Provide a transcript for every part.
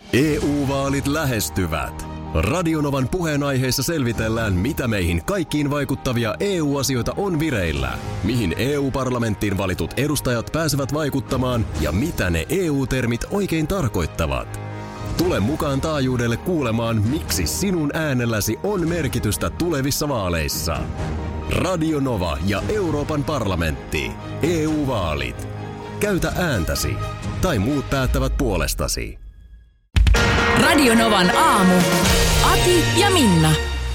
EU-vaalit lähestyvät. Radionovan puheenaiheessa selvitellään, mitä meihin kaikkiin vaikuttavia EU-asioita on vireillä, mihin EU-parlamenttiin valitut edustajat pääsevät vaikuttamaan ja mitä ne EU-termit oikein tarkoittavat. Tule mukaan taajuudelle kuulemaan, miksi sinun äänelläsi on merkitystä tulevissa vaaleissa. Radio Nova ja Euroopan parlamentti. EU-vaalit. Käytä ääntäsi. Tai muut päättävät puolestasi. Radio Novan aamu. Ati ja Minna.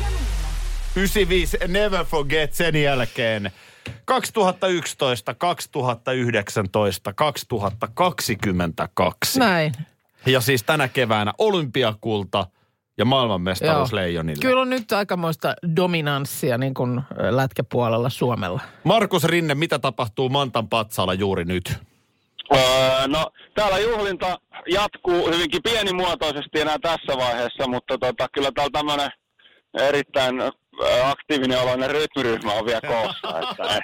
95 Never Forget sen jälkeen. 2011, 2019, 2022. Näin. Ja siis tänä keväänä olympiakulta ja maailmanmestaruus Leijonille. Kyllä on nyt aikamoista dominanssia niin kuin lätkäpuolella Suomella. Markus Rinne, mitä tapahtuu Mantan patsaalla juuri nyt? No, täällä juhlinta jatkuu hyvinkin pienimuotoisesti enää tässä vaiheessa, mutta kyllä täällä tämmöinen erittäin aktiivinen oloinen rytmiryhmä on vielä koossa.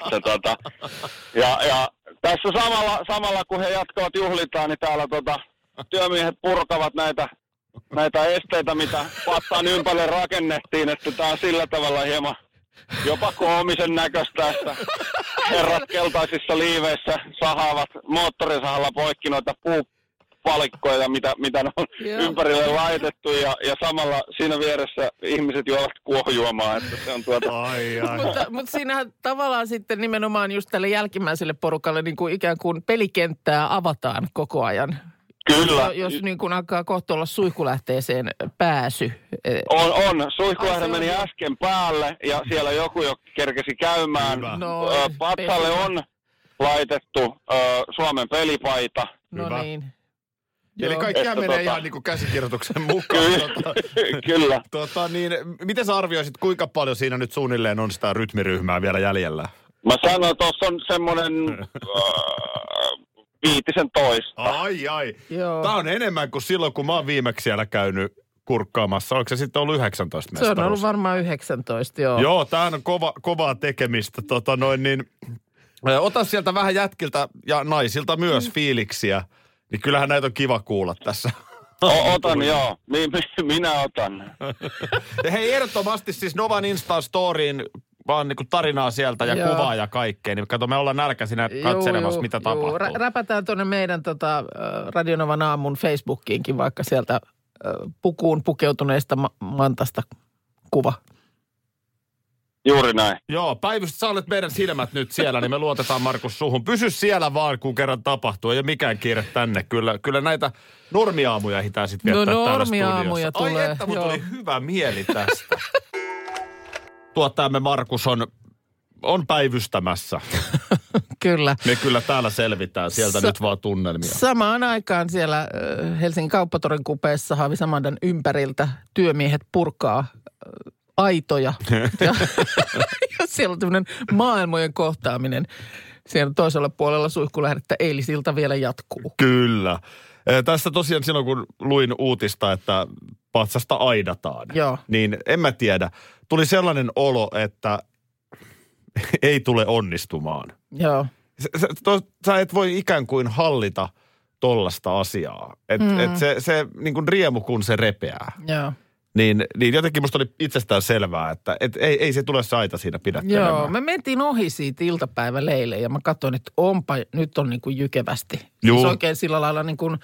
Ja tässä samalla kun he jatkavat juhlintaa, niin täällä työmiehet purkavat näitä esteitä, mitä patsaan ympärille rakennettiin, että tämä on sillä tavalla hieman jopa koomisen näköistä, että herrat keltaisissa liiveissä sahaavat moottorisahalla poikki noita puupalikkoja, mitä ne on ympärille laitettu, ja samalla siinä vieressä ihmiset juovat kuohujuomaa, että se on Mutta siinähän tavallaan sitten nimenomaan just tälle jälkimmäiselle porukalle niin kuin ikään kuin pelikenttää avataan koko ajan. Kyllä. Jos niin kuin alkaa kohta olla suihkulähteeseen pääsy. On. Suihkulähde meni äsken päälle ja siellä joku jo kerkesi käymään. Patsalle on laitettu Suomen pelipaita. No niin. Eli kaikkiaan menee ihan niin kuin käsikirjoituksen mukaan. Kyllä. Miten sä arvioisit, kuinka paljon siinä nyt suunnilleen on sitä rytmiryhmää vielä jäljellä? Mä sanoin, että tuossa on semmoinen 15. Ai. Joo. Tämä on enemmän kuin silloin, kun mä oon viimeksi siellä käynyt kurkkaamassa. Onko se sitten ollut 19 mestaruus? Se on ollut varmaan 19, joo. Joo, tämähän on kovaa tekemistä. Ota sieltä vähän jätkiltä ja naisilta myös fiiliksiä. Niin kyllähän näitä on kiva kuulla tässä. Otan, joo. Minä otan. Hei, ehdottomasti siis Novan Insta-storiin vaan niin kuin tarinaa sieltä ja kuvaa ja kaikkea. Niin kato, me ollaan nälkäisinä katselemassa, mitä tapahtuu. Räpätään tuonne meidän Radio Novan aamun Facebookiinkin vaikka sieltä pukuun pukeutuneesta Mantasta kuva. Juuri näin. Joo, Päivystä, sä olet meidän silmät nyt siellä, niin me luotetaan Markus suhun. Pysy siellä vaan, kun kerran tapahtuu. Ei ole mikään kiire tänne. Kyllä näitä normiaamuja ehditään sitten viettää täällä studiossa. tulee. Ai että, mutta oli hyvä mieli tästä. Tuottajamme Markus on päivystämässä. Kyllä. Me kyllä täällä selvitään. Sieltä nyt vaan tunnelmia. Samaan aikaan siellä Helsingin Kauppatorin kupeessa Haavisamandan ympäriltä työmiehet purkaa aitoja. ja siellä on tämmöinen maailmojen kohtaaminen. Siellä toisella puolella suihkulähdettä eilisilta vielä jatkuu. Kyllä. Tässä tosiaan silloin, kun luin uutista, että patsasta aidataan, niin en mä tiedä. Tuli sellainen olo, että ei tule onnistumaan. Joo. Sä et voi ikään kuin hallita tollasta asiaa. Se niin kuin riemu, kun se repeää. Joo. Niin jotenkin musta oli itsestään selvää, että ei se tule se aita siinä pidättelemään. Joo, me mentiin ohi siitä iltapäiväleille ja mä katsoin, että nyt on niin kuin jykevästi. Siis oikein sillä lailla niin kuin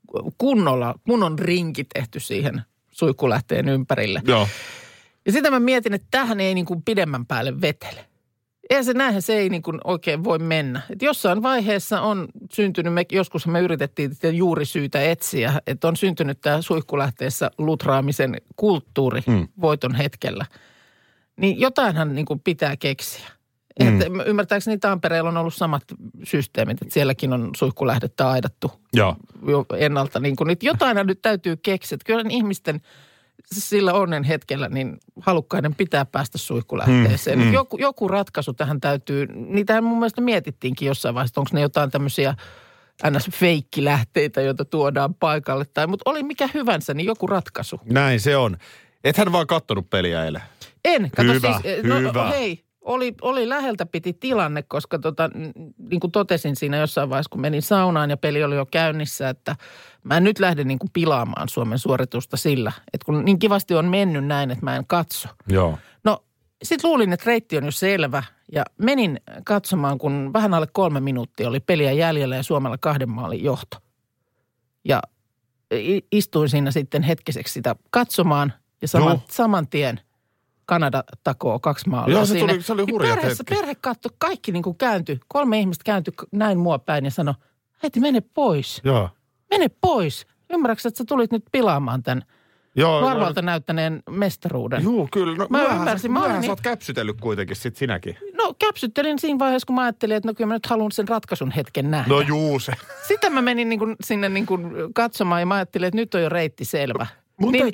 kunnon rinki tehty siihen suihkulähteen ympärille. Joo. Ja sitä mä mietin, että tähän ei niin kuin pidemmän päälle vetele. Näinhän se ei niin kuin oikein voi mennä. Et jossain vaiheessa on syntynyt, joskus me yritettiin juurisyytä etsiä, että on syntynyt tämä suihkulähteessä lutraamisen kulttuuri voiton hetkellä. Niin jotainhan niin kuin pitää keksiä. Että ymmärtääkseni Tampereella on ollut samat systeemit, että sielläkin on suihkulähdettä aidattu jo ennalta. Niin kuin, että jotainhan nyt täytyy keksiä. Että kyllä ihmisten sillä onnen hetkellä niin halukkaiden pitää päästä suihkulähteeseen. Joku ratkaisu tähän täytyy, niitähän mun mielestä mietittiinkin jossain vaiheessa, onko ne jotain tämmöisiä feikkilähteitä, joita tuodaan paikalle. Mutta oli mikä hyvänsä, niin joku ratkaisu. Näin se on. Ethän vaan kattonut peliä eilen. En. Kato hyvä, siis, hyvä. Hei, Oli läheltä piti tilanne, koska niin kuin totesin siinä jossain vaiheessa, kun menin saunaan ja peli oli jo käynnissä, että mä en nyt lähde niin kuin pilaamaan Suomen suoritusta sillä, että kun niin kivasti on mennyt näin, että mä en katso. Joo. No sit luulin, että reitti on jo selvä ja menin katsomaan, kun vähän alle 3 minuuttia oli peliä jäljellä ja Suomella 2 maalin johto. Ja istuin siinä sitten hetkiseksi sitä katsomaan ja saman tien Kanada takoo 2 maalia. Joo, se oli hurjat hetki. Perhe katsoi, kaikki niin kuin kääntyi. 3 ihmistä kääntyi näin mua päin ja sanoi, äiti mene pois. Joo. Mene pois. Ymmärrätkö, että sä tulit nyt pilaamaan tämän varmalta näyttäneen mestaruuden? Joo, kyllä. No, mä ymmärsin. Sä oot käpsytellyt kuitenkin sit sinäkin. No käpsyttelin siinä vaiheessa, kun mä ajattelin, että no kyllä mä nyt haluan sen ratkaisun hetken nähdä. No juu se. Sitten mä menin niin kuin sinne niin kuin katsomaan ja mä ajattelin, että nyt on jo reitti selvä. Niin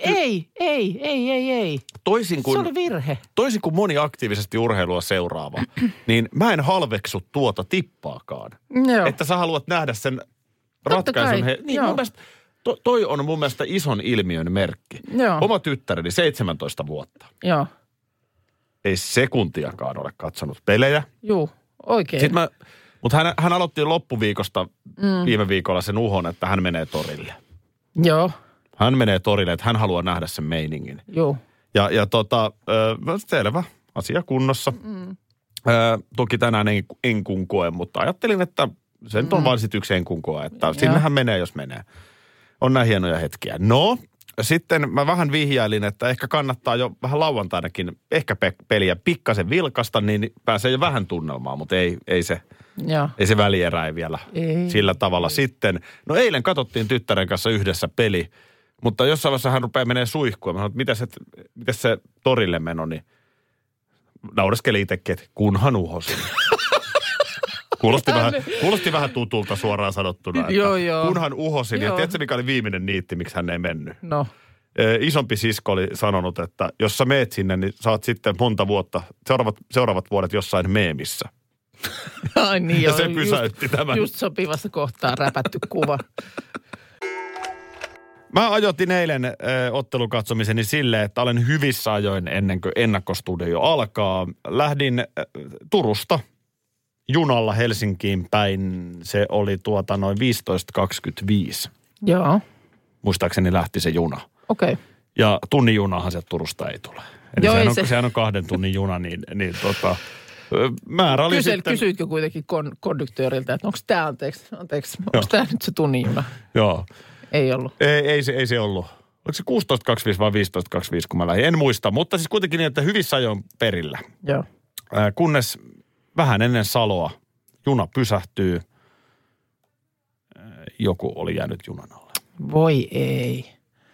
ei. Se oli virhe. Toisin kuin moni aktiivisesti urheilua seuraava, niin mä en halveksu tuota tippaakaan. Joo. Että sä haluat nähdä sen ratkaisun. Niin mun mielestä, toi on mun mielestä ison ilmiön merkki. Joo. Oma tyttäreni 17 vuotta. Joo. Ei sekuntiakaan ole katsonut pelejä. Joo, oikein. Mutta hän aloitti loppuviikosta viime viikolla sen uhon, että hän menee torille. Joo. Hän menee torille, että hän haluaa nähdä sen meiningin. Joo. Ja selvä, asia kunnossa. Toki tänään enkun koe, mutta ajattelin, että se nyt on vain sit yksi enkun koe, että sinnehän menee, jos menee. On näin hienoja hetkiä. No, sitten mä vähän vihjailin, että ehkä kannattaa jo vähän lauantainakin ehkä peliä pikkasen vilkasta, niin pääsee jo vähän tunnelmaan, mutta ei se välierä vielä sillä tavalla sitten. No eilen katsottiin tyttären kanssa yhdessä peli, mutta jossain vaiheessa hän rupeaa menee suihkuun. Mä sanoin, että miten se torille meno, niin naureskeli itsekin, että kunhan uhosin. Kuulosti vähän tutulta suoraan sanottuna, että kunhan uhosin. Ja tiedätkö, mikä oli viimeinen niitti, miksi hän ei mennyt? No. Isompi sisko oli sanonut, että jos sä meet sinne, niin saat sitten monta vuotta, seuraavat vuodet jossain meemissä. Ai niin, ja se pysäytti tämän. Just sopivassa kohtaa räpätty kuva. Mä ajoitin eilen ottelukatsomiseni silleen, että olen hyvissä ajoin ennen kuin ennakkostudio alkaa. Lähdin Turusta junalla Helsinkiin päin. Se oli noin 15.25. Joo. Muistaakseni lähti se juna. Okei. Okay. Ja tunnin junahan se Turusta ei tule. Eli sehän on 2 tunnin juna, niin määrä oli sitten... Kysyitkö kuitenkin konduktööriltä, että onko tämä, anteeksi, onko tämä nyt se tunnin juna? Joo. Ei ollut. Ei se ollut. Oliko se 16.25 vai 15.25, kun mä lähdin? En muista, mutta siis kuitenkin niin, että hyvissä ajoin perillä. Joo. Kunnes vähän ennen Saloa juna pysähtyy. Joku oli jäänyt junan alle. Voi ei.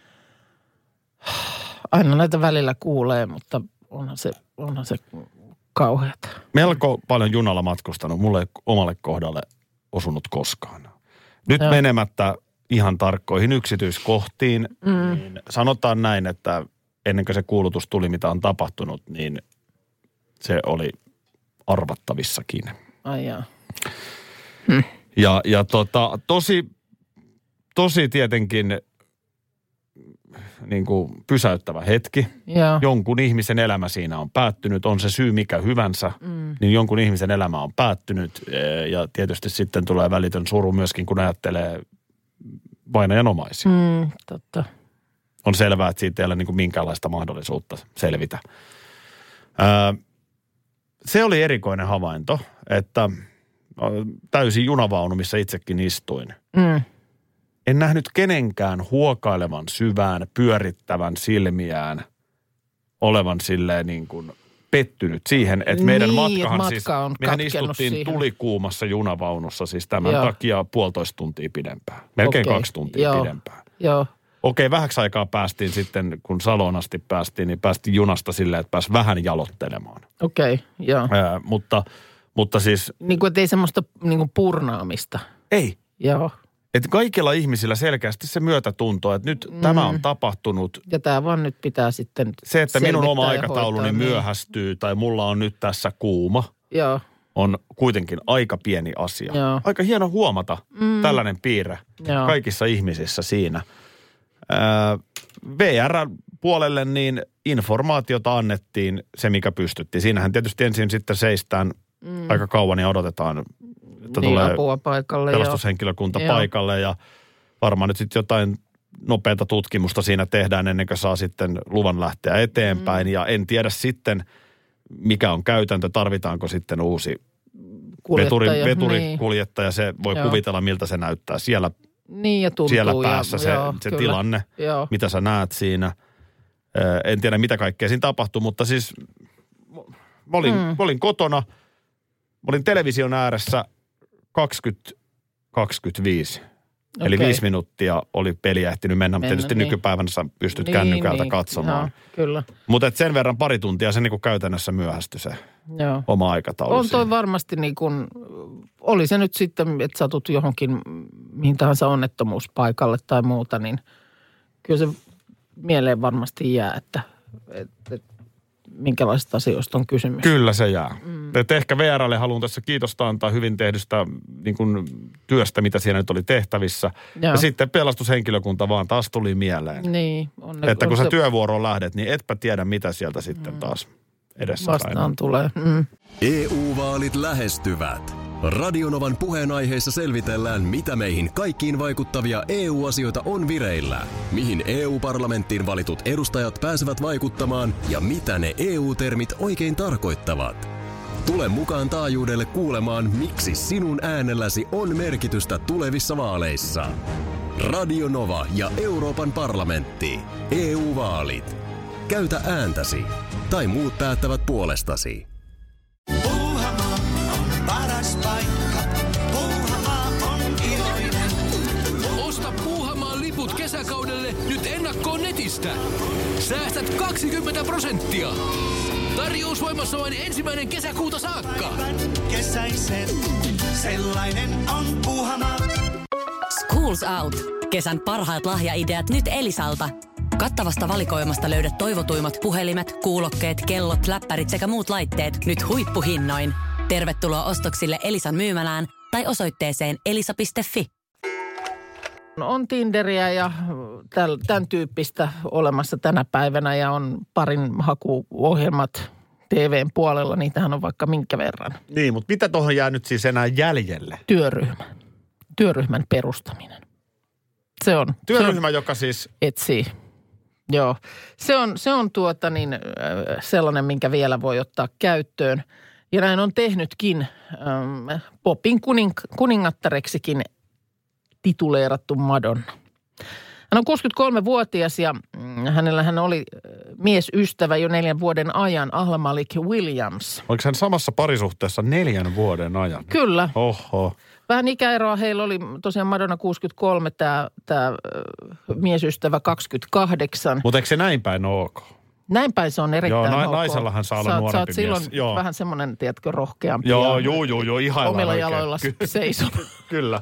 Aina näitä välillä kuulee, mutta onhan se kauheata. Melko paljon junalla matkustanut. Mulle ei omalle kohdalle osunut koskaan. Nyt menemättä ihan tarkkoihin yksityiskohtiin, niin sanotaan näin, että ennen kuin se kuulutus tuli, mitä on tapahtunut, niin se oli arvattavissakin. Ai jaa. Ja tosi tietenkin niin kuin pysäyttävä hetki. Joo. Jonkun ihmisen elämä siinä on päättynyt, on se syy mikä hyvänsä, niin jonkun ihmisen elämä on päättynyt. Ja tietysti sitten tulee välitön suru myöskin, kun ajattelee vainajan omaisia. Totta. On selvää, että siitä ei ole niin kuin minkäänlaista mahdollisuutta selvitä. Se oli erikoinen havainto, että täysin junavaunu, missä itsekin istuin. En nähnyt kenenkään huokailevan syvään, pyörittävän silmiään, olevan silleen niin kuin pettynyt siihen, että meidän matkahan siis, mehän istuttiin siihen tulikuumassa junavaunussa siis tämän takia 1,5 tuntia pidempään. Melkein 2 tuntia pidempään. Joo. Okei, vähäksi aikaa päästiin sitten, kun Saloon asti päästiin, niin päästiin junasta silleen, että pääsi vähän jalottelemaan. Okei, joo. Mutta siis... Niin kuin, että ei semmoista niin kuin purnaamista. Ei. Joo. Että kaikilla ihmisillä selkeästi se myötätunto, että nyt tämä on tapahtunut. Ja tämä vaan nyt pitää sitten se, että minun oma aikatauluni myöhästyy tai mulla on nyt tässä kuuma, on kuitenkin aika pieni asia. Joo. Aika hieno huomata tällainen piirre kaikissa ihmisissä siinä. VR puolelle niin informaatiota annettiin se, mikä pystyttiin. Siinähän tietysti ensin sitten seistään aika kauan ja odotetaan, että niin, tulee apua paikalle, pelastushenkilökunta paikalle ja varmaan nyt sitten jotain nopeata tutkimusta siinä tehdään ennen kuin saa sitten luvan lähteä eteenpäin. Ja en tiedä sitten, mikä on käytäntö, tarvitaanko sitten uusi veturikuljettaja. Se voi kuvitella, miltä se näyttää siellä, niin ja tuntuu, siellä päässä se tilanne, mitä sä näet siinä. En tiedä, mitä kaikkea siinä tapahtuu, mutta siis mä olin kotona, mä olin television ääressä 20-25. Eli 5 minuuttia oli peliä ehtinyt mennä, mutta tietysti nykypäivänä sä pystyt kännykältä katsomaan. Kyllä. Mutta sen verran pari tuntia se niinku käytännössä myöhästyi se oma aikataulu. On toi varmasti niin kuin, oli se nyt sitten, että satut johonkin mihin tahansa onnettomuuspaikalle tai muuta, niin kyllä se mieleen varmasti jää, että minkälaisista asioista on kysymys. Kyllä se jää. Että ehkä VR:lle haluan tässä kiitosta antaa hyvin tehdystä niin kuin työstä, mitä siinä nyt oli tehtävissä. Ja sitten pelastushenkilökunta vaan taas tuli mieleen. Niin. Että kun sä työvuoroon lähdet, niin etpä tiedä, mitä sieltä sitten taas edessä vastaan tulee. EU-vaalit lähestyvät. Radionovan puheenaiheessa selvitellään, mitä meihin kaikkiin vaikuttavia EU-asioita on vireillä, mihin EU-parlamenttiin valitut edustajat pääsevät vaikuttamaan ja mitä ne EU-termit oikein tarkoittavat. Tule mukaan taajuudelle kuulemaan, miksi sinun äänelläsi on merkitystä tulevissa vaaleissa. Radio Nova ja Euroopan parlamentti. EU-vaalit. Käytä ääntäsi. Tai muut päättävät puolestasi. Puuhamaa on paras paikka. Puuhamaa on iloinen. Osta Puuhamaan liput kesäkaudelle nyt ennakkoon netistä. Säästät 20%. Tarjous voimassa vain 1. kesäkuuta saakka. Kesäisen, sellainen on Puuhamaa. Schools Out. Kesän parhaat lahjaideat nyt Elisalta. Kattavasta valikoimasta löydät toivotuimmat puhelimet, kuulokkeet, kellot, läppärit sekä muut laitteet nyt huippuhinnoin. Tervetuloa ostoksille Elisan myymälään tai osoitteeseen elisa.fi. On Tinderiä ja tämän tyyppistä olemassa tänä päivänä ja on parin hakuohjelmat TVn puolella. Niitähän on vaikka minkä verran. Niin, mutta mitä tuohon jää nyt siis enää jäljelle? Työryhmän perustaminen. Se on. Työryhmä, joka siis etsii. Joo. Se on sellainen, minkä vielä voi ottaa käyttöön. Ja näin on tehnytkin popin kuningattareksikin tituleerattu Madonna. Hän on 63-vuotias ja hänellähän oli miesystävä jo 4 vuoden ajan, Ahla Malik Williams. Oliko hän samassa parisuhteessa 4 vuoden ajan? Kyllä. Oho. Vähän ikäeroa heillä oli tosiaan Madonna 63, tämä miesystävä 28. Mutta eikö se näin päin ole ok? Näin päin se on erittäin ok. Naisellahan saa olla nuorempi mies. Silloin vähän semmoinen, tiedätkö, rohkeampi. Joo, ihaillaan omilla jaloilla seisoo. Kyllä.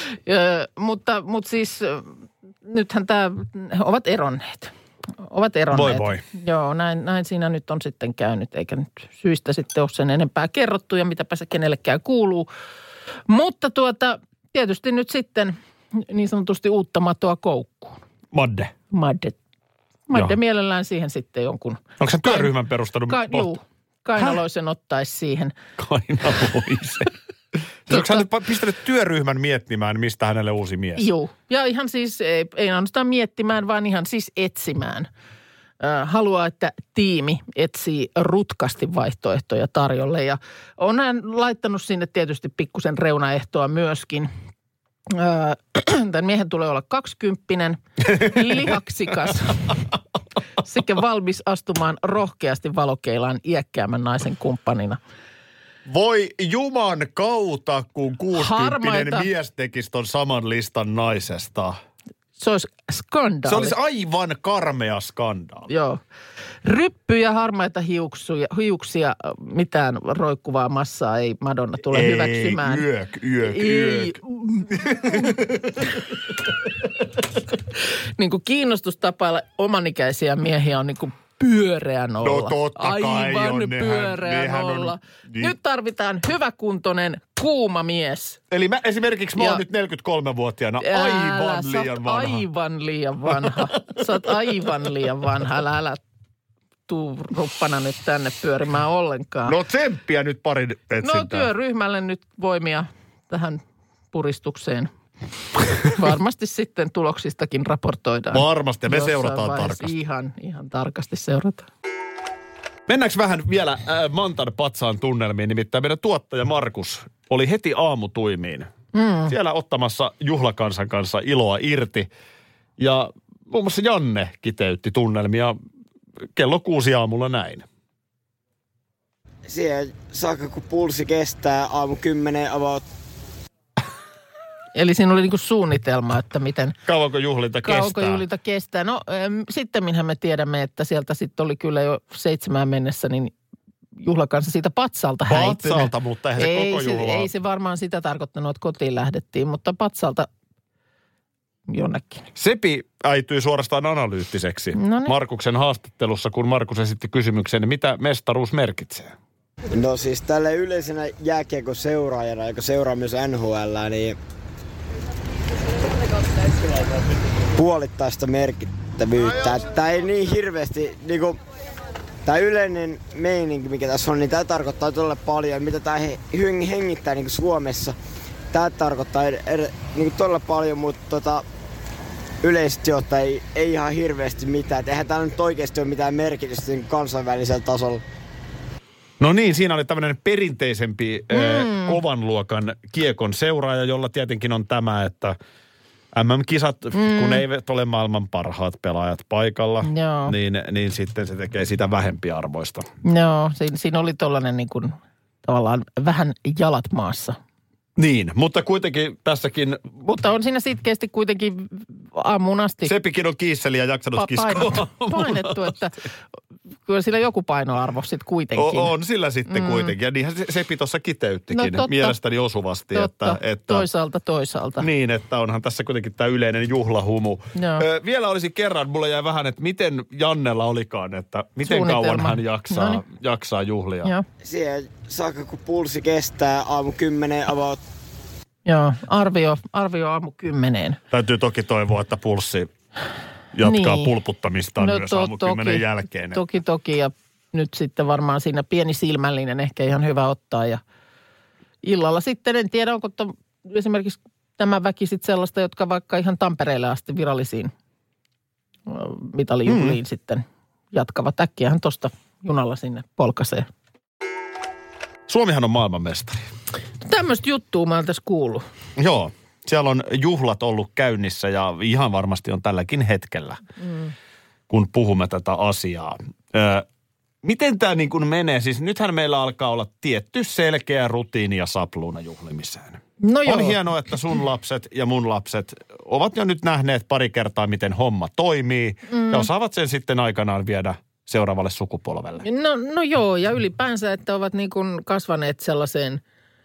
Mutta siis nythän ovat eronneet. Voi. Joo, näin siinä nyt on sitten käynyt, eikä nyt syistä sitten ole sen enempää kerrottu ja mitäpä se kenellekään kuuluu. Mutta tietysti nyt sitten niin sanotusti uutta matoa koukkuun. Madde mielellään siihen sitten jonkun. Onko se työryhmän perustanut? Juu, kainaloisen ottaisi siihen. Kainaloisen. Onko hän nyt pistänyt työryhmän miettimään, mistä hänelle uusi mies? Joo, ja ihan siis ei ainoastaan miettimään, vaan ihan siis etsimään. Haluaa, että tiimi etsii rutkasti vaihtoehtoja tarjolle ja on hän laittanut sinne tietysti pikkusen reunaehtoa myöskin. Tämän miehen tulee olla 20, lihaksikas sekä valmis astumaan rohkeasti valokeilaan iäkkäämmän naisen kumppanina. Voi juman kautta, kun 60 mies tekisi ton saman listan naisesta. Se olisi skandaali. Se olisi aivan karmea skandaali. Joo. Ryppyjä, harmaita hiuksia, mitään roikkuvaa massaa ei Madonna tule hyväksymään. Ei. Niin kuin kiinnostus tapailla omanikäisiä miehiä on niin kuin pyöreä nolla. No totta kai aivan on. pyöreä nolla. Niin. Nyt tarvitaan hyväkuntoinen, kuuma mies. Eli esimerkiksi mä oon nyt 43-vuotiaana aivan liian vanha. Aivan liian vanha. Sä oot aivan liian vanha. Älä tuu ruppana nyt tänne pyörimään ollenkaan. No tsemppiä nyt parin etsintään. No työryhmälle nyt voimia tähän puristukseen. Varmasti sitten tuloksistakin raportoidaan. Varmasti, me seurataan tarkasti. Ihan tarkasti seurataan. Mennäänkö vähän vielä Mantan patsaan tunnelmiin, nimittäin meidän tuottaja Markus oli heti aamutuimiin. Siellä ottamassa juhlakansan kanssa iloa irti. Ja muun muassa Janne kiteytti tunnelmia kello 6 aamulla näin. Siihen saakka, kun pulssi kestää aamu 10 about. Eli siinä oli niinku suunnitelma, että miten... Kauanko juhlinta kestää. No sittemminhän me tiedämme, että sieltä sitten oli kyllä jo 7 mennessä, niin juhlakansa siitä patsalta häipynyt. Patsalta, mutta eihän se koko juhlaa. Ei se varmaan sitä tarkoittanut, että kotiin lähdettiin, mutta patsalta jonnekin. Sepi äityi suorastaan analyyttiseksi Markuksen haastattelussa, kun Markus esitti kysymyksen, mitä mestaruus merkitsee. No siis tälle yleisenä jääkiekon seuraajana, joka seuraa myös NHL:ää, niin puolittaista merkittävyyttä. Tämä ei niin hirveästi, niinku, tämä yleinen meininki, mikä tässä on, niin tämä tarkoittaa todella paljon. Mitä tämä hengittää niinku Suomessa, tämä tarkoittaa niinku todella paljon, mutta yleisesti ottaen ei ihan hirveästi mitään. Eihän täällä nyt oikeasti ole mitään merkitystä niin kansainvälisellä tasolla. No niin, siinä oli tämmöinen perinteisempi kovan luokan kiekon seuraaja, jolla tietenkin on tämä, että MM-kisat, kun eivät ole maailman parhaat pelaajat paikalla, niin sitten se tekee sitä vähempiarvoista. Joo, siinä oli tollainen niin kuin tavallaan vähän jalat maassa. Niin, mutta kuitenkin tässäkin... Mutta on siinä sitkeästi kuitenkin aamuun asti... Sepikin on kiisseli ja jaksanut kiskoa. Painettu, että kyllä sillä joku painoarvo sitten kuitenkin. On sillä sitten kuitenkin. Ja niinhän Sepi tuossa kiteyttikin mielestäni osuvasti. Totta, että toisaalta. Niin, että onhan tässä kuitenkin tämä yleinen juhlahumu. Vielä olisi kerran, mulle jäi vähän, että miten Jannella olikaan, että miten kauan hän jaksaa juhlia. Joo. Siihen saakka, kun pulssi kestää aamu 10 about. Joo, arvio aamu 10. Täytyy toki toivoa, että pulssi jatkaa pulputtamistaan myös aamu 10 jälkeen. Toki, ja nyt sitten varmaan siinä pieni silmällinen ehkä ihan hyvä ottaa. Ja illalla sitten, en tiedä, onko esimerkiksi tämä väki sitten sellaista, jotka vaikka ihan Tampereelle asti virallisiin mitalijuhliin sitten jatkavat. Äkkiähän tuosta junalla sinne polkaisee. Suomihan on maailmanmestari. Tämmöistä juttua mä oon tässä kuullut. Joo, siellä on juhlat ollut käynnissä ja ihan varmasti on tälläkin hetkellä, kun puhumme tätä asiaa. Miten tämä niin kuin menee? Siis nythän meillä alkaa olla tietty selkeä rutiini ja sapluuna juhlimiseen. No joo. On hienoa, että sun lapset ja mun lapset ovat jo nyt nähneet pari kertaa, miten homma toimii ja osaavat sen sitten aikanaan viedä seuraavalle sukupolvelle. No joo, ja ylipäänsä, että ovat niin kuin kasvaneet sellaiseen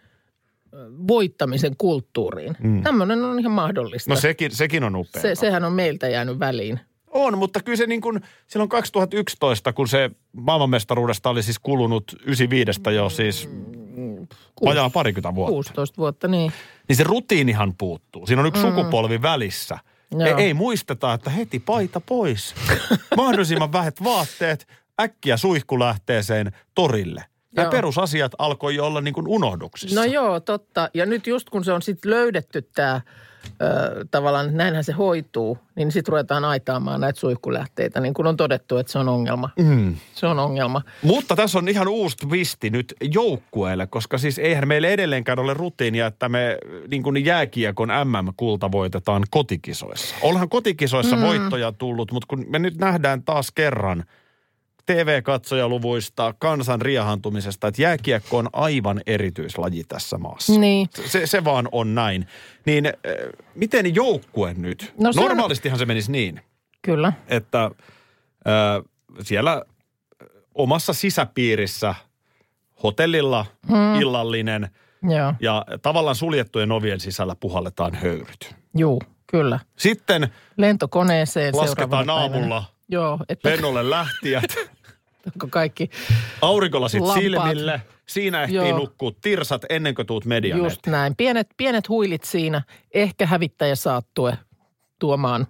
voittamisen kulttuuriin. Tämmöinen on ihan mahdollista. No sekin on upeaa. Sehän on meiltä jäänyt väliin. On, mutta kyllä se niin kuin silloin 2011, kun se maailmanmestaruudesta oli siis kulunut 95 jo siis vajaa 20 vuotta. 16 vuotta, niin. Niin se rutiinihan puuttuu. Siinä on yksi sukupolvi välissä. Ei muisteta, että heti paita pois. Mahdollisimman vähät vaatteet, äkkiä suihkulähteeseen torille. Ja perusasiat alkoi jo olla niin kuin unohduksissa. No joo, totta. Ja nyt just kun se on sitten löydetty tämä, tavallaan näinhän se hoituu, niin sitten ruvetaan aitaamaan näitä suihkulähteitä, niin kuin on todettu, että se on ongelma. Se on ongelma. Mutta tässä on ihan uusi twisti nyt joukkueelle, koska siis eihän meille edelleenkään ole rutiinia, että me niin kuin jääkiekon MM-kulta voitetaan kotikisoissa. Onhan kotikisoissa voittoja tullut, mutta kun me nyt nähdään taas kerran TV-katsojaluvuista, kansan riehantumisesta, että jääkiekko on aivan erityislaji tässä maassa. Niin. Se vaan on näin. Niin miten joukkue nyt? No normaalistihan se menisi niin. Kyllä. Että siellä omassa sisäpiirissä hotellilla illallinen ja tavallaan suljettujen ovien sisällä puhalletaan höyryt. Juu, kyllä. Sitten lentokoneeseen lasketaan aamulla. Joo, lennolle lähtijät Onko kaikki aurinkolasit lampaat silmille. Siinä ehtii nukkua tirsat ennen kuin tuut median just eteen. näin. Pienet huilit siinä. Ehkä hävittäjä saattue tuomaan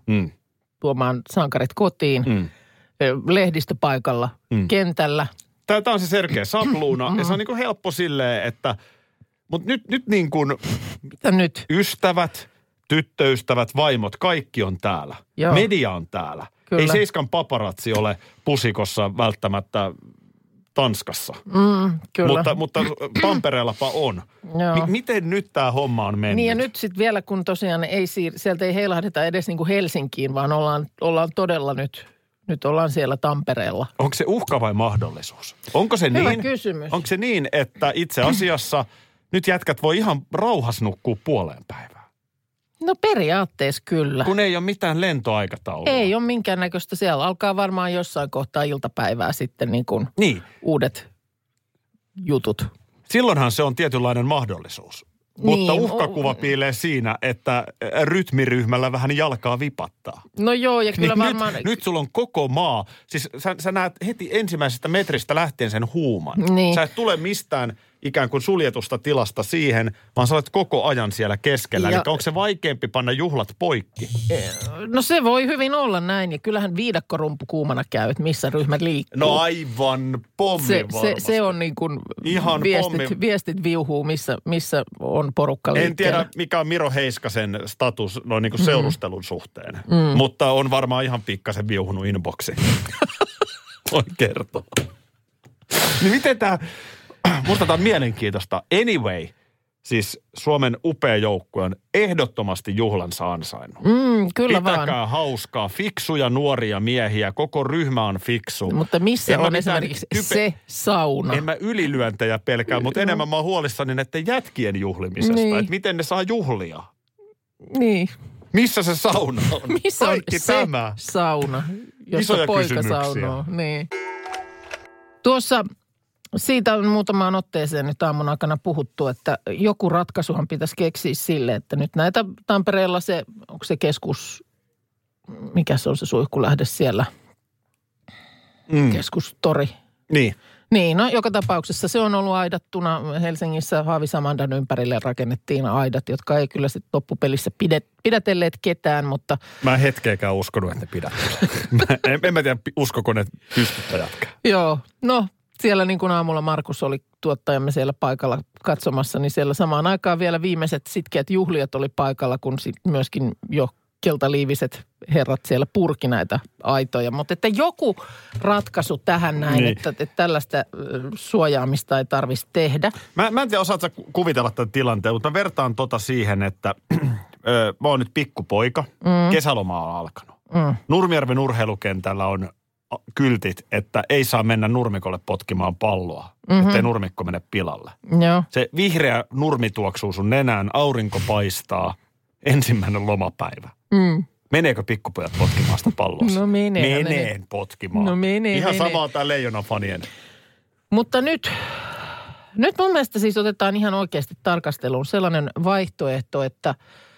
sankarit kotiin. Lehdistöpaikalla, kentällä. Tämä on se Sergei Sapluuna ja se on niin kuin helppo silleen, että mutta nyt niin kuin mitä nyt? Ystävät, tyttöystävät, vaimot, kaikki on täällä. Joo. Media on täällä. Kyllä. Ei Seiskan paparazzi ole pusikossa välttämättä Tanskassa. Kyllä. Mutta Tampereellapa on. Miten nyt tämä homma on mennyt? Niin ja nyt sitten vielä kun tosiaan sieltä ei heilahdeta edes niin kuin Helsinkiin, vaan ollaan todella nyt ollaan siellä Tampereella. Onko se uhka vai mahdollisuus? Onko se hyvä niin? Kysymys. Onko se niin, että itse asiassa nyt jätkät voi ihan rauhassa nukkua puoleen päivään? No periaatteessa kyllä. Kun ei ole mitään lentoaikataulua. Ei ole minkäännäköistä. Siellä alkaa varmaan jossain kohtaa iltapäivää sitten niin. Uudet jutut. Silloinhan se on tietynlainen mahdollisuus. Mutta uhkakuva piilee siinä, että rytmiryhmällä vähän jalkaa vipattaa. No joo, ja kyllä niin varmaan... Nyt sulla on koko maa. Siis sä näet heti ensimmäisestä metristä lähtien sen huuman. Niin. Sä et tule mistään ikään kuin suljetusta tilasta siihen, vaan sä olet koko ajan siellä keskellä. Eli onko se vaikeampi panna juhlat poikki? No se voi hyvin olla näin, ja kyllähän viidakkorumpu kuumana käy, että missä ryhmät liikkuu. No aivan pommi varmasti. Se on niin kuin ihan viestit viuhuu, missä on porukka liikkeellä. En tiedä, mikä on Miro Heiskasen status noin niin kuin seurustelun suhteen, mutta on varmaan ihan pikkasen viuhunut inboxi. Voin kertoa. Niin miten tämä... Musta tämä on mielenkiintoista. Anyway, siis Suomen upea joukkue on ehdottomasti juhlansa ansainnut. Kyllä Pitäkää vaan. hauskaa, fiksuja nuoria miehiä, koko ryhmä on fiksu. Mutta missä on esimerkiksi se sauna? En mä ylilyöntejä pelkää, mutta enemmän mä oon huolissani näiden jätkien juhlimisesta. Niin. Että miten ne saa juhlia. Niin. Missä se sauna on? Missä kaikki on se tämä? Sauna, jossa Isoja poika kysymyksiä. saunoo. Niin. Tuossa... Siitä on muutamaan otteeseen nyt aamun aikana puhuttu, että joku ratkaisuhan pitäisi keksiä sille, että nyt näitä Tampereella onko se keskus, mikä se on se suihkulähde siellä, keskustori. Niin. Niin, no joka tapauksessa se on ollut aidattuna. Helsingissä Haavisamandan ympärille rakennettiin aidat, jotka ei kyllä sitten loppupelissä pidätelleet ketään, mutta... Mä en hetkeäkään uskonut, että ne pidättelee. en mä tiedä, uskoko ne pystyttäjätkään. Joo, no... Siellä niin kuin aamulla Markus oli tuottajamme siellä paikalla katsomassa, niin siellä samaan aikaan vielä viimeiset sitkeät juhlijat oli paikalla, kun sitten myöskin jo keltaliiviset herrat siellä purki näitä aitoja. Mutta että joku ratkaisu tähän näin, niin. että tällaista suojaamista ei tarvitsisi tehdä. Mä en tiedä, osaatko kuvitella tämän tilanteen, mutta mä vertaan siihen, että mä oon nyt pikkupoika, kesäloma on alkanut. Nurmijärven urheilukentällä on kyltit, että ei saa mennä nurmikolle potkimaan palloa, ettei nurmikko mene pilalle. Joo. Se vihreä nurmi tuoksuu sun nenään, aurinko paistaa, ensimmäinen lomapäivä. Meneekö pikkupojat potkimaan sitä palloa? No meneen potkimaan. No Ihan samaa tää Leijonan fanien. Mutta nyt mun mielestä siis otetaan ihan oikeasti tarkasteluun sellainen vaihtoehto, että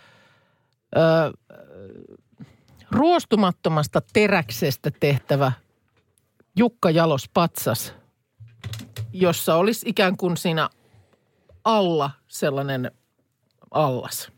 ruostumattomasta teräksestä tehtävä Jukka Jalos patsas, jossa olisi ikään kuin siinä alla sellainen allas.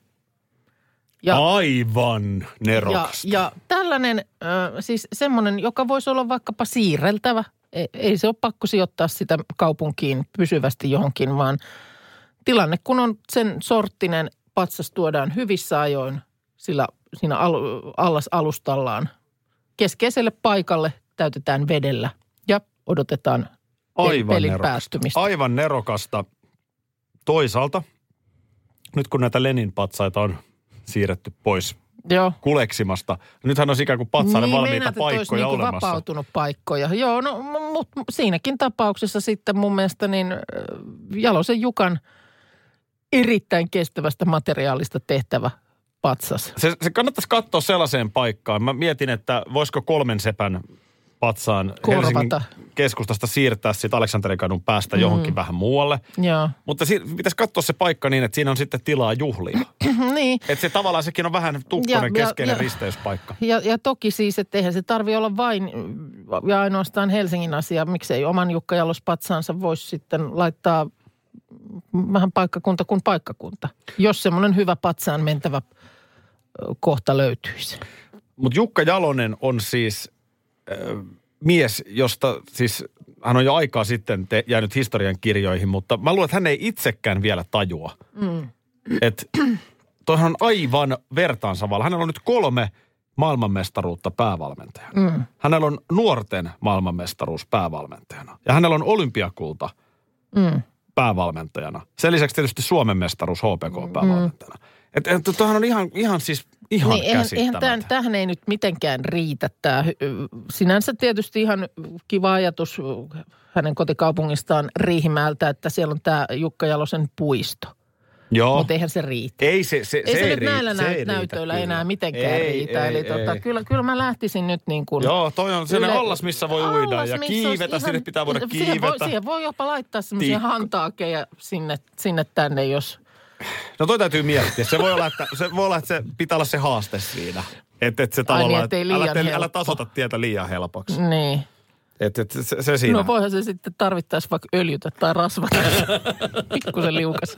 Aivan nerokasta. Ja tällainen, siis semmoinen, joka voisi olla vaikkapa siirreltävä. Ei se ole pakko sijoittaa sitä kaupunkiin pysyvästi johonkin, vaan tilanne kun on sen sorttinen, patsas tuodaan hyvissä ajoin siinä alustallaan keskeiselle paikalle, täytetään vedellä ja odotetaan pelin päästymistä. Aivan nerokasta. Toisaalta, nyt kun näitä Lenin-patsaita on siirretty pois kuleksimasta, nythän on ikään kuin patsaille valmiita paikkoja niin olemassa. Vapautunut paikkoja. Joo, no mutta siinäkin tapauksessa sitten mun mielestä niin Jalosen Jukan erittäin kestävästä materiaalista tehtävä patsas. Se kannattaisi katsoa sellaiseen paikkaan. Mä mietin, että voisiko 3 sepän patsaan Helsingin keskustasta siirtää siitä Aleksanterinkadun päästä johonkin vähän muualle. Joo. Mutta pitäisi katsoa se paikka niin, että siinä on sitten tilaa juhlia. Niin. Että se tavallaan sekin on vähän tukkonen keskeinen risteyspaikka. Ja toki siis, että eihän se tarvitse olla vain ja ainoastaan Helsingin asia. Miksei oman Jukka Jallos-patsaansa voisi sitten laittaa vähän paikkakunta kuin paikkakunta, jos semmoinen hyvä patsaan mentävä kohta löytyisi. Mutta Jukka Jalonen on siis mies, josta siis hän on jo aikaa sitten jäänyt historian kirjoihin, mutta mä luulen, että hän ei itsekään vielä tajua. Että toihan on aivan vertaansa valla. Hänellä on nyt 3 maailmanmestaruutta päävalmentajana. Hänellä on nuorten maailmanmestaruus päävalmentajana. Ja hänellä on olympiakulta päävalmentajana. Sen lisäksi tietysti Suomen mestaruus HPK päävalmentajana. Että tuohan on ihan käsittämätöntä. Tähän ei nyt mitenkään riitä tämä. Sinänsä tietysti ihan kiva ajatus hänen kotikaupungistaan Riihimäeltä, että siellä on tämä Jukka Jalosen puisto. Joo. Mutta eihän se riitä. Ei se nyt näillä näytöillä enää mitenkään riitä. Eli kyllä mä lähtisin nyt niin kuin... Joo, toi on sellainen allas, missä voi uida ja kiivetä. Sinne pitää voida kiivetä. Siihen voi jopa laittaa semmoisia hantaakeja sinne tänne, jos... No toi täytyy miettiä. Se voi olla, että se pitää olla se haaste siinä. Että se tavallaan, älä tasota tietä liian helpoksi. Niin. Se siinä. No voihan se sitten tarvittaisi vaikka öljytä tai rasvata. Pikkusen liukas.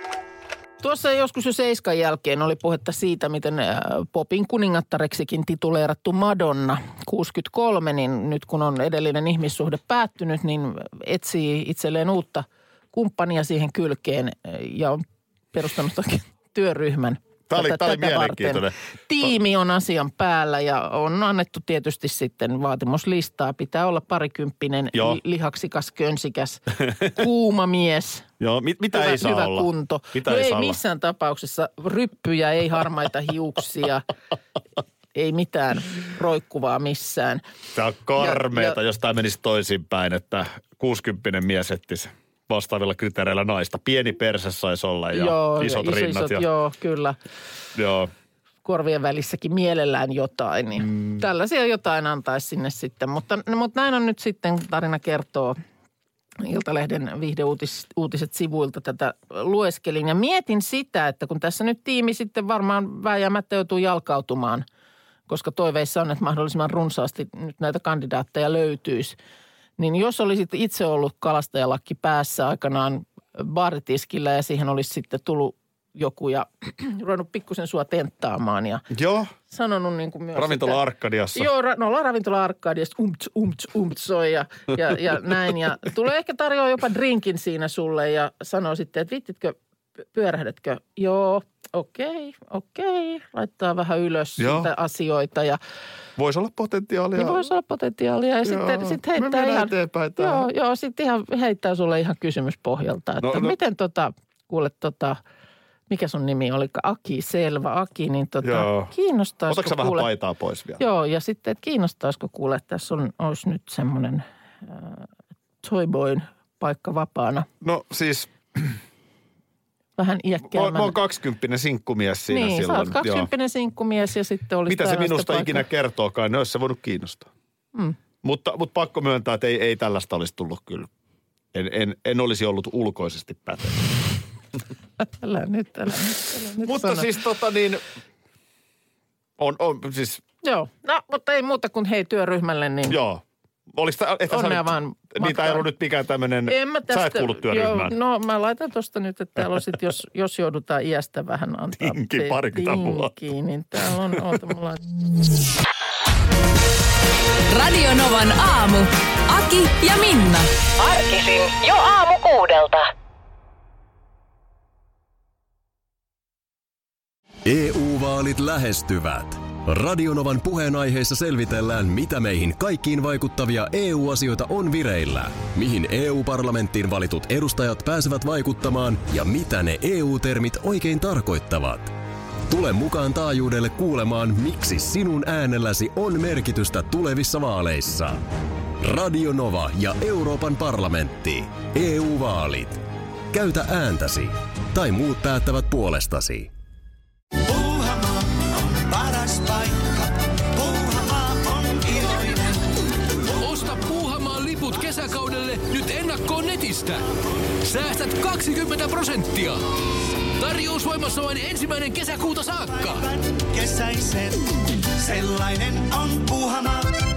Tuossa joskus jo 7 jälkeen oli puhetta siitä, miten popin kuningattareksikin tituleerattu Madonna 63, niin nyt kun on edellinen ihmissuhde päättynyt, niin etsii itselleen uutta kumppania siihen kylkeen ja on perustanut työryhmän. Tämä oli mielenkiintoinen. Tiimi on asian päällä ja on annettu tietysti sitten vaatimuslistaa. Pitää olla parikymppinen, lihaksikas, könsikäs, kuuma mies. Joo, mitä ei saa hyvä olla? Kunto. Mitä no ei saa missään tapauksessa ryppyjä, ei harmaita hiuksia, ei mitään roikkuvaa missään. Tämä on karmeeta, jos tämä menisi toisinpäin, että 60 mies etsisi vastaavilla kriteereillä naista. Pieni perse saisi olla ja isot rinnat. Joo, kyllä. Joo. Korvien välissäkin mielellään jotain. Niin tällaisia jotain antaisi sinne sitten. Mutta näin on nyt sitten, tarina kertoo Iltalehden viihdeuutiset sivuilta tätä lueskelin. Ja mietin sitä, että kun tässä nyt tiimi sitten varmaan vääjäämättä joutuu jalkautumaan, koska toiveissa on, että mahdollisimman runsaasti nyt näitä kandidaatteja löytyisi. Niin jos olisit itse ollut kalastajalakki päässä aikanaan baaritiskillä ja siihen olisi sitten tullut joku ja ruvennut pikkusen sua tenttaamaan ja sanonut niin kuin myös... Ravintola Arkadiassa. Joo, ollaan Ravintola Arkadiassa, soi ja näin. Ja tulee ehkä tarjoaa jopa drinkin siinä sulle ja sanoo sitten, että viittitkö, pyörähdätkö? Joo, okei. Laittaa vähän ylös sitä asioita ja... Voisi olla potentiaalia. Niin voisi olla potentiaalia ja sitten heittää ihan... eteenpäin. Joo, sitten ihan heittää sulle ihan kysymyspohjalta, että miten mikä sun nimi oli? Aki, selvä, Aki, niin kiinnostaisiko otatko sä vähän paitaa pois vielä? Joo, ja sitten, että kiinnostaisiko kuule, että tässä olisi nyt semmoinen Toyboyn paikka vapaana. No siis... Vähän iäkkäämmän. Mä oon 20 sinkkumies siinä niin, silloin. Niin, sä oot 20 sinkkumies ja sitten olisi... Mitä se minusta ikinä kertookaan, ne olisi se voinut kiinnostaa. Mutta pakko myöntää, että ei tällaista olisi tullut kyllä. En olisi ollut ulkoisesti pätevä. Älä nyt mutta sano. siis on siis... Joo, no mutta ei muuta kuin hei työryhmälle, niin... Joo. Onnea vaan niitä ei ollut nyt mikään tämmöinen, sä et kuulu työryhmään. No mä laitan tosta nyt, että täällä on sit, jos joudutaan iästä vähän antaa tinkin, parikymmentä vuotta. Niin täällä on, mulla... Radio Novan aamu. Aki ja Minna. Arkisin jo 6:00. EU-vaalit lähestyvät. Radionovan puheenaiheessa selvitellään, mitä meihin kaikkiin vaikuttavia EU-asioita on vireillä, mihin EU-parlamenttiin valitut edustajat pääsevät vaikuttamaan ja mitä ne EU-termit oikein tarkoittavat. Tule mukaan taajuudelle kuulemaan, miksi sinun äänelläsi on merkitystä tulevissa vaaleissa. Radio Nova ja Euroopan parlamentti. EU-vaalit. Käytä ääntäsi. Tai muut päättävät puolestasi. Puuhamaa on paras paikka. Puuhamaa on iloinen. Osta Puuhamaan liput ennakkoon netistä. Säästät 20%. Tarjous voimassa vain 1. kesäkuuta saakka. Kesäisen, sellainen on Puuhamaa.